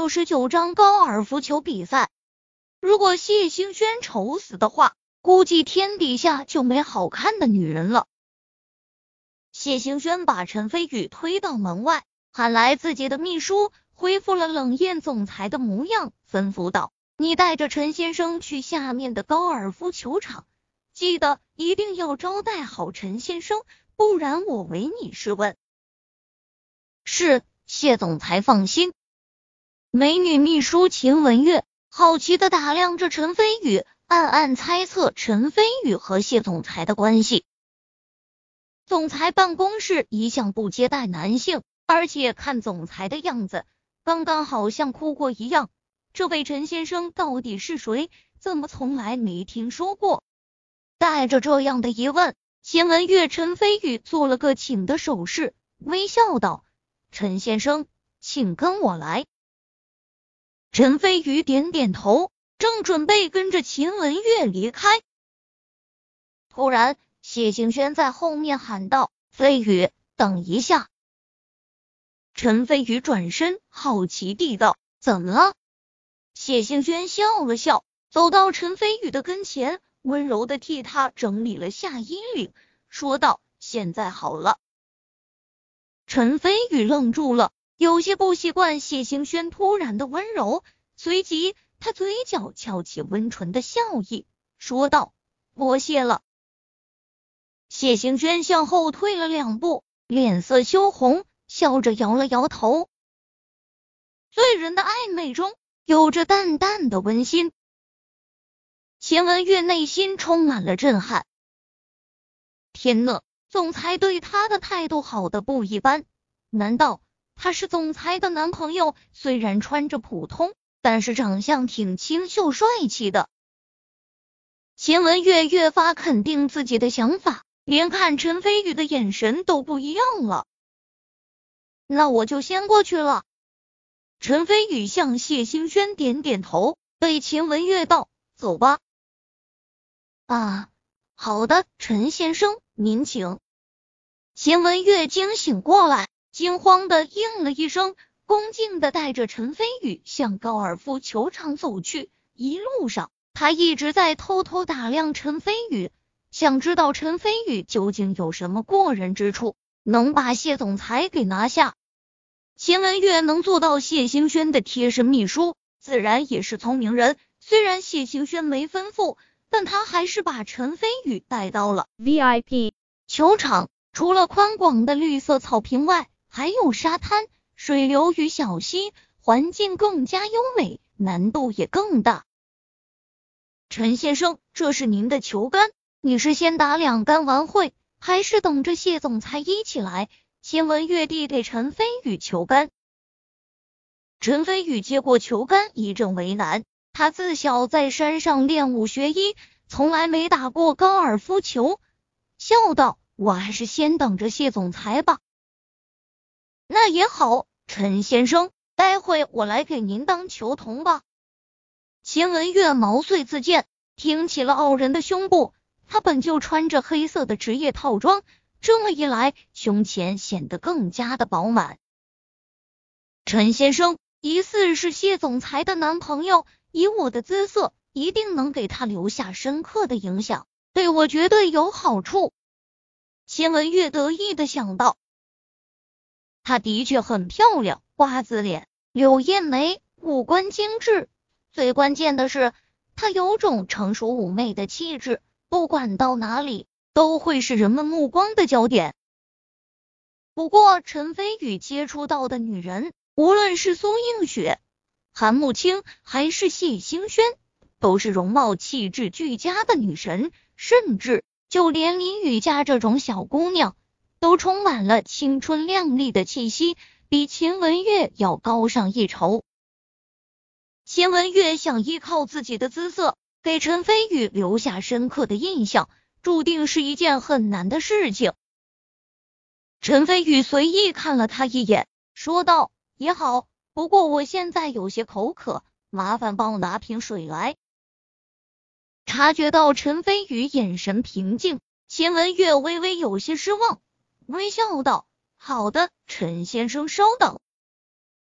69张高尔夫球比赛。如果谢兴轩丑死的话，估计天底下就没好看的女人了。谢兴轩把陈飞宇推到门外，喊来自己的秘书，恢复了冷艳总裁的模样，吩咐道：你带着陈先生去下面的高尔夫球场，记得一定要招待好陈先生，不然我唯你是问。是，谢总裁放心。美女秘书秦文月好奇地打量着陈飞宇，暗暗猜测陈飞宇和谢总裁的关系。总裁办公室一向不接待男性，而且看总裁的样子，刚刚好像哭过一样。这位陈先生到底是谁？怎么从来没听说过？带着这样的疑问，秦文月陈飞宇做了个请的手势，微笑道：陈先生，请跟我来。陈飞宇点点头，正准备跟着秦文月离开，突然谢兴轩在后面喊道：飞宇，等一下。陈飞宇转身好奇地道：怎么了？谢兴轩笑了笑，走到陈飞宇的跟前，温柔地替他整理了下衣领，说道：现在好了。陈飞宇愣住了，有些不习惯谢兴轩突然的温柔，随即他嘴角翘起温纯的笑意，说道：我谢了。谢兴轩向后退了2步，脸色羞红，笑着摇了摇头。醉人的暧昧中有着淡淡的温馨。秦文月内心充满了震撼。天呐，总裁对他的态度好的不一般，难道他是总裁的男朋友？虽然穿着普通，但是长相挺清秀帅气的。秦文月越发肯定自己的想法，连看陈飞宇的眼神都不一样了。那我就先过去了。陈飞宇向谢兴轩点点头，对秦文月道：走吧。啊，好的，陈先生，您请。秦文月惊醒过来，惊慌的应了一声，恭敬的带着陈飞宇向高尔夫球场走去。一路上他一直在偷偷打量陈飞宇，想知道陈飞宇究竟有什么过人之处，能把谢总裁给拿下。秦文月能做到谢兴轩的贴身秘书，自然也是聪明人。虽然谢兴轩没吩咐，但他还是把陈飞宇带到了 VIP 球场。除了宽广的绿色草坪外，还有沙滩、水流与小溪，环境更加优美，难度也更大。陈先生，这是您的球杆，你是先打2杆完会，还是等着谢总裁一起来？秦文月递给陈飞宇球杆。陈飞宇接过球杆，一阵为难。他自小在山上练武学医，从来没打过高尔夫球，笑道：我还是先等着谢总裁吧。那也好，陈先生，待会我来给您当球童吧。秦文月毛遂自荐，挺起了傲人的胸部。他本就穿着黑色的职业套装，这么一来，胸前显得更加的饱满。陈先生疑似是谢总裁的男朋友，以我的姿色，一定能给他留下深刻的影响，对我绝对有好处。秦文月得意的想到。她的确很漂亮，瓜子脸，柳叶眉，五官精致，最关键的是，她有种成熟妩媚的气质，不管到哪里都会是人们目光的焦点。不过陈飞宇接触到的女人，无论是苏映雪、韩慕清还是谢兴轩，都是容貌气质俱佳的女神，甚至就连林雨佳这种小姑娘都充满了青春靓丽的气息，比秦文月要高上一筹。秦文月想依靠自己的姿色给陈飞宇留下深刻的印象，注定是一件很难的事情。陈飞宇随意看了他一眼，说道：也好，不过我现在有些口渴，麻烦帮我拿瓶水来。察觉到陈飞宇眼神平静，秦文月微微有些失望，微笑道：好的，陈先生稍等。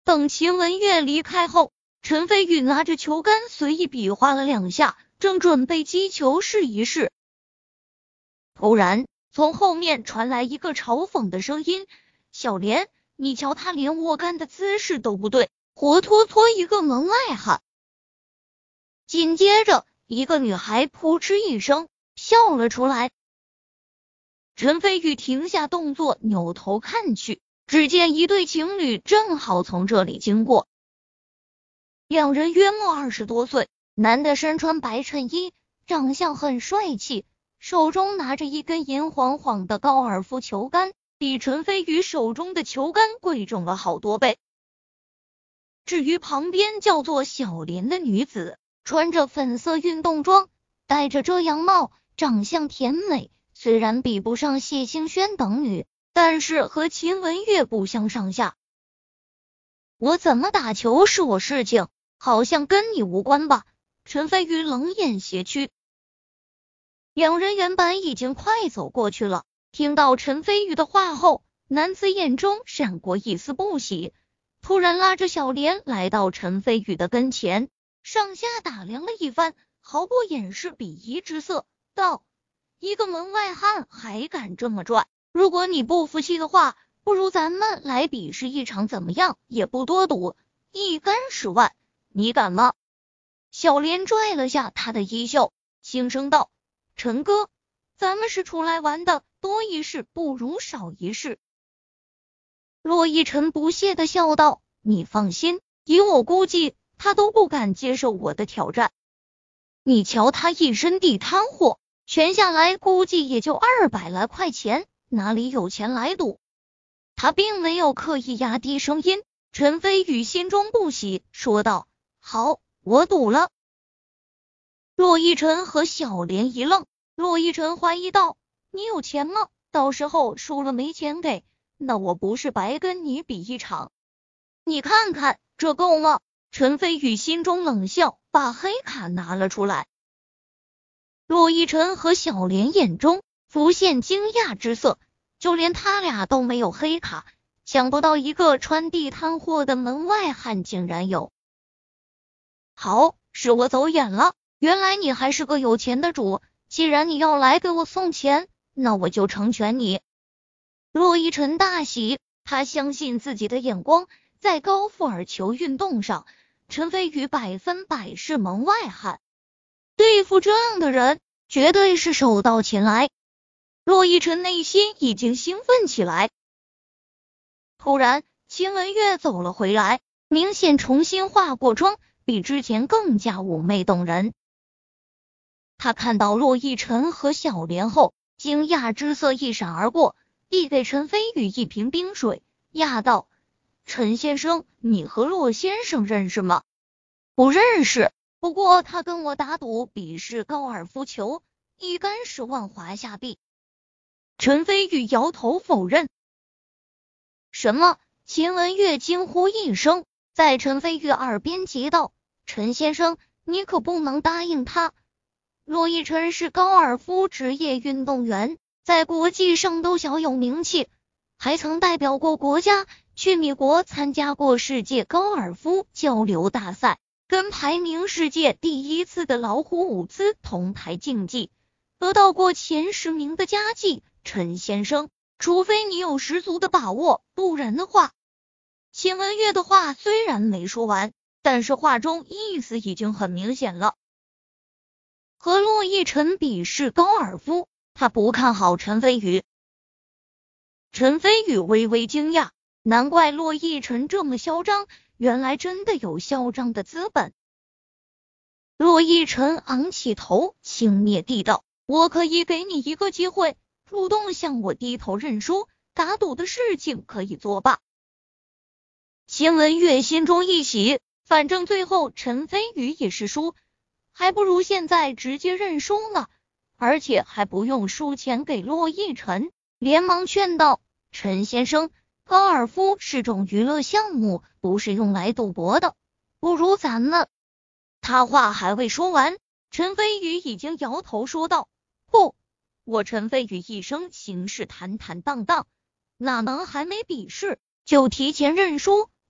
等秦文月离开后，陈飞宇拿着球杆随意比划了2下，正准备击球试一试。突然，从后面传来一个嘲讽的声音：“小莲，你瞧他连握杆的姿势都不对，活脱脱一个门外汉。”紧接着，一个女孩扑哧一声笑了出来。陈飞宇停下动作，扭头看去，只见一对情侣正好从这里经过。2人约莫20多岁，男的身穿白衬衣，长相很帅气，手中拿着一根银晃晃的高尔夫球杆，比陈飞宇手中的球杆贵重了好多倍。至于旁边叫做小莲的女子，穿着粉色运动装，戴着遮阳帽，长相甜美，虽然比不上谢星轩等女，但是和秦文月不相上下。我怎么打球是我事情，好像跟你无关吧？陈飞宇冷眼斜觑。2人原本已经快走过去了，听到陈飞宇的话后，男子眼中闪过一丝不喜，突然拉着小莲来到陈飞宇的跟前，上下打量了一番，毫不掩饰鄙夷之色，道：“一个门外汉还敢这么拽？如果你不服气的话，不如咱们来比试一场怎么样？也不多赌，1杆10万，你敢吗？”小莲拽了下他的衣袖，轻声道：“陈哥，咱们是出来玩的，多一事不如少一事。”骆逸晨不屑的笑道：“你放心，以我估计，他都不敢接受我的挑战。你瞧他一身地摊货，全下来估计也就200来块钱，哪里有钱来赌？”他并没有刻意压低声音。陈飞宇心中不喜，说道：“好，我赌了。”骆逸晨和小莲一愣，骆逸晨怀疑道：“你有钱吗？到时候输了没钱给，那我不是白跟你比一场？你看看这够吗？”陈飞宇心中冷笑，把黑卡拿了出来。骆逸晨和小莲眼中浮现惊讶之色，就连他俩都没有黑卡，想不到一个穿地摊货的门外汉竟然有。好，是我走眼了，原来你还是个有钱的主，既然你要来给我送钱，那我就成全你。骆逸晨大喜，他相信自己的眼光，在高尔夫球运动上，陈飞宇100%是门外汉，对付这样的人绝对是手到擒来。骆逸晨内心已经兴奋起来。突然，秦文月走了回来，明显重新化过妆，比之前更加妩媚动人。他看到骆逸晨和小莲后，惊讶之色一闪而过，递给陈飞宇一瓶冰水，讶道：“陈先生，你和骆先生认识吗？”“不认识，不过他跟我打赌比试高尔夫球，1杆10万华夏币。”陈飞宇摇头否认。什么？秦文月惊呼一声，在陈飞宇耳边急道：“陈先生，你可不能答应他。骆逸晨是高尔夫职业运动员，在国际上都小有名气，还曾代表过国家去美国参加过世界高尔夫交流大赛，跟排名世界第1次的老虎伍兹同台竞技，得到过前10名的佳绩。陈先生，除非你有十足的把握，不然的话。”秦文月的话虽然没说完，但是话中意思已经很明显了。和骆逸晨比试高尔夫，他不看好陈飞宇。陈飞宇微微惊讶，难怪骆逸晨这么嚣张，原来真的有嚣张的资本。骆逸晨昂起头，轻蔑地道：“我可以给你一个机会，主动向我低头认输，打赌的事情可以作罢。”秦文月心中一喜，反正最后陈飞宇也是输，还不如现在直接认输呢，而且还不用输钱给骆逸晨，连忙劝道：“陈先生，高尔夫是种娱乐项目，不是用来赌博的，不如咱们……”他话还未说完，陈飞宇已经摇头说道：“不，我陈飞宇一生行事坦坦荡荡，哪能还没比试就提前认输？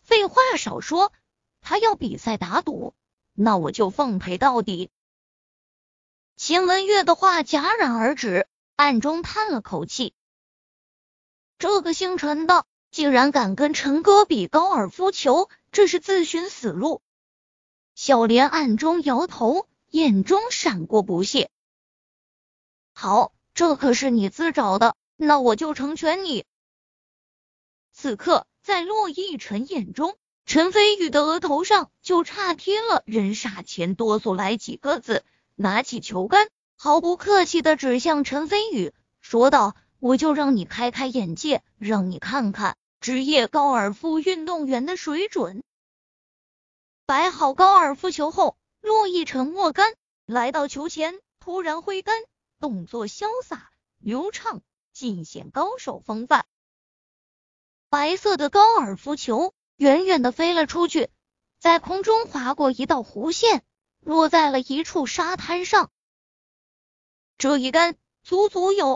废话少说，他要比赛打赌，那我就奉陪到底。秦文月的话戛然而止，暗中叹了口气。这个姓陈的竟然敢跟陈哥比高尔夫球，这是自寻死路。小莲暗中摇头，眼中闪过不屑。好，这可是你自找的，那我就成全你。此刻在骆逸晨眼中，陈飞宇的额头上就差贴了人傻钱哆嗦来几个字，拿起球杆毫不客气地指向陈飞宇，说道，我就让你开开眼界，让你看看职业高尔夫运动员的水准。摆好高尔夫球后，骆逸晨握杆来到球前，突然挥杆，动作潇洒流畅，尽显高手风范。白色的高尔夫球远远的飞了出去，在空中划过一道弧线，落在了一处沙滩上。这一杆足足有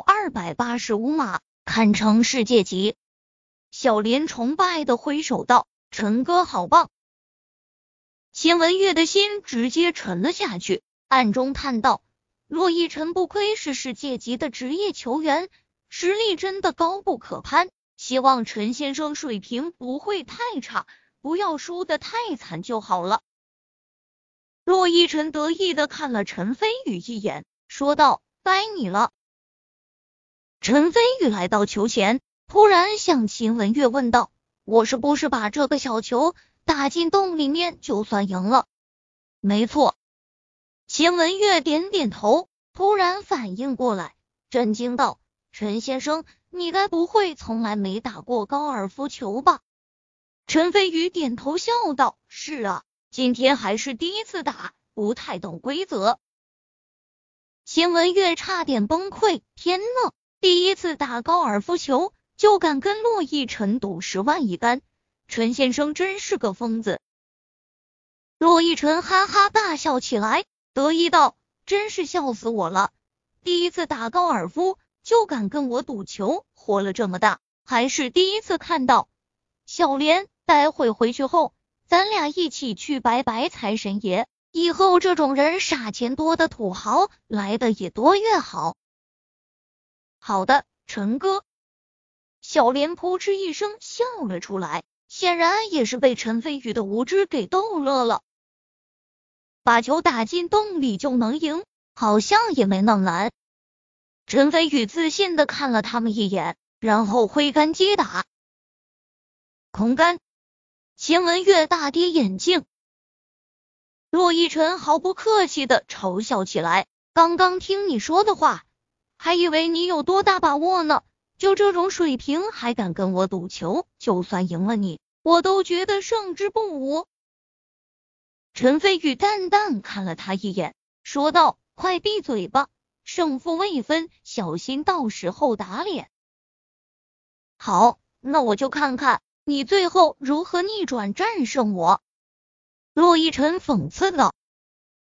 285码，堪称世界级。小莲崇拜的挥手道，陈哥好棒。秦文月的心直接沉了下去，暗中叹道，骆逸晨不愧是世界级的职业球员，实力真的高不可攀，希望陈先生水平不会太差，不要输得太惨就好了。骆逸晨得意的看了陈飞宇一眼，说道，该你了。陈飞宇来到球前，突然向秦文月问道，我是不是把这个小球打进洞里面就算赢了？没错。秦文月点点头，突然反应过来，震惊道，陈先生，你该不会从来没打过高尔夫球吧？陈飞宇点头笑道，是啊，今天还是第一次打，不太懂规则。秦文月差点崩溃，天呐，第一次打高尔夫球就敢跟骆逸晨赌10万一杆，陈先生真是个疯子。骆逸晨哈哈大笑起来，得意道，真是笑死我了，第一次打高尔夫就敢跟我赌球，活了这么大还是第一次看到。小莲，待会回去后咱俩一起去拜拜财神爷，以后这种人傻钱多的土豪来的也多越好。好的，陈哥。小莲扑哧一声笑了出来，显然也是被陈飞宇的无知给逗乐了。把球打进洞里就能赢，好像也没那么难。陈飞宇自信的看了他们一眼，然后挥杆接打。空杆。秦文月大跌眼镜。骆逸晨毫不客气的嘲笑起来，刚刚听你说的话，还以为你有多大把握呢，就这种水平还敢跟我赌球，就算赢了你，我都觉得胜之不武。陈飞宇淡淡看了他一眼，说道，快闭嘴吧，胜负未分，小心到时候打脸。好，那我就看看你最后如何逆转战胜我。骆逸晨讽刺道。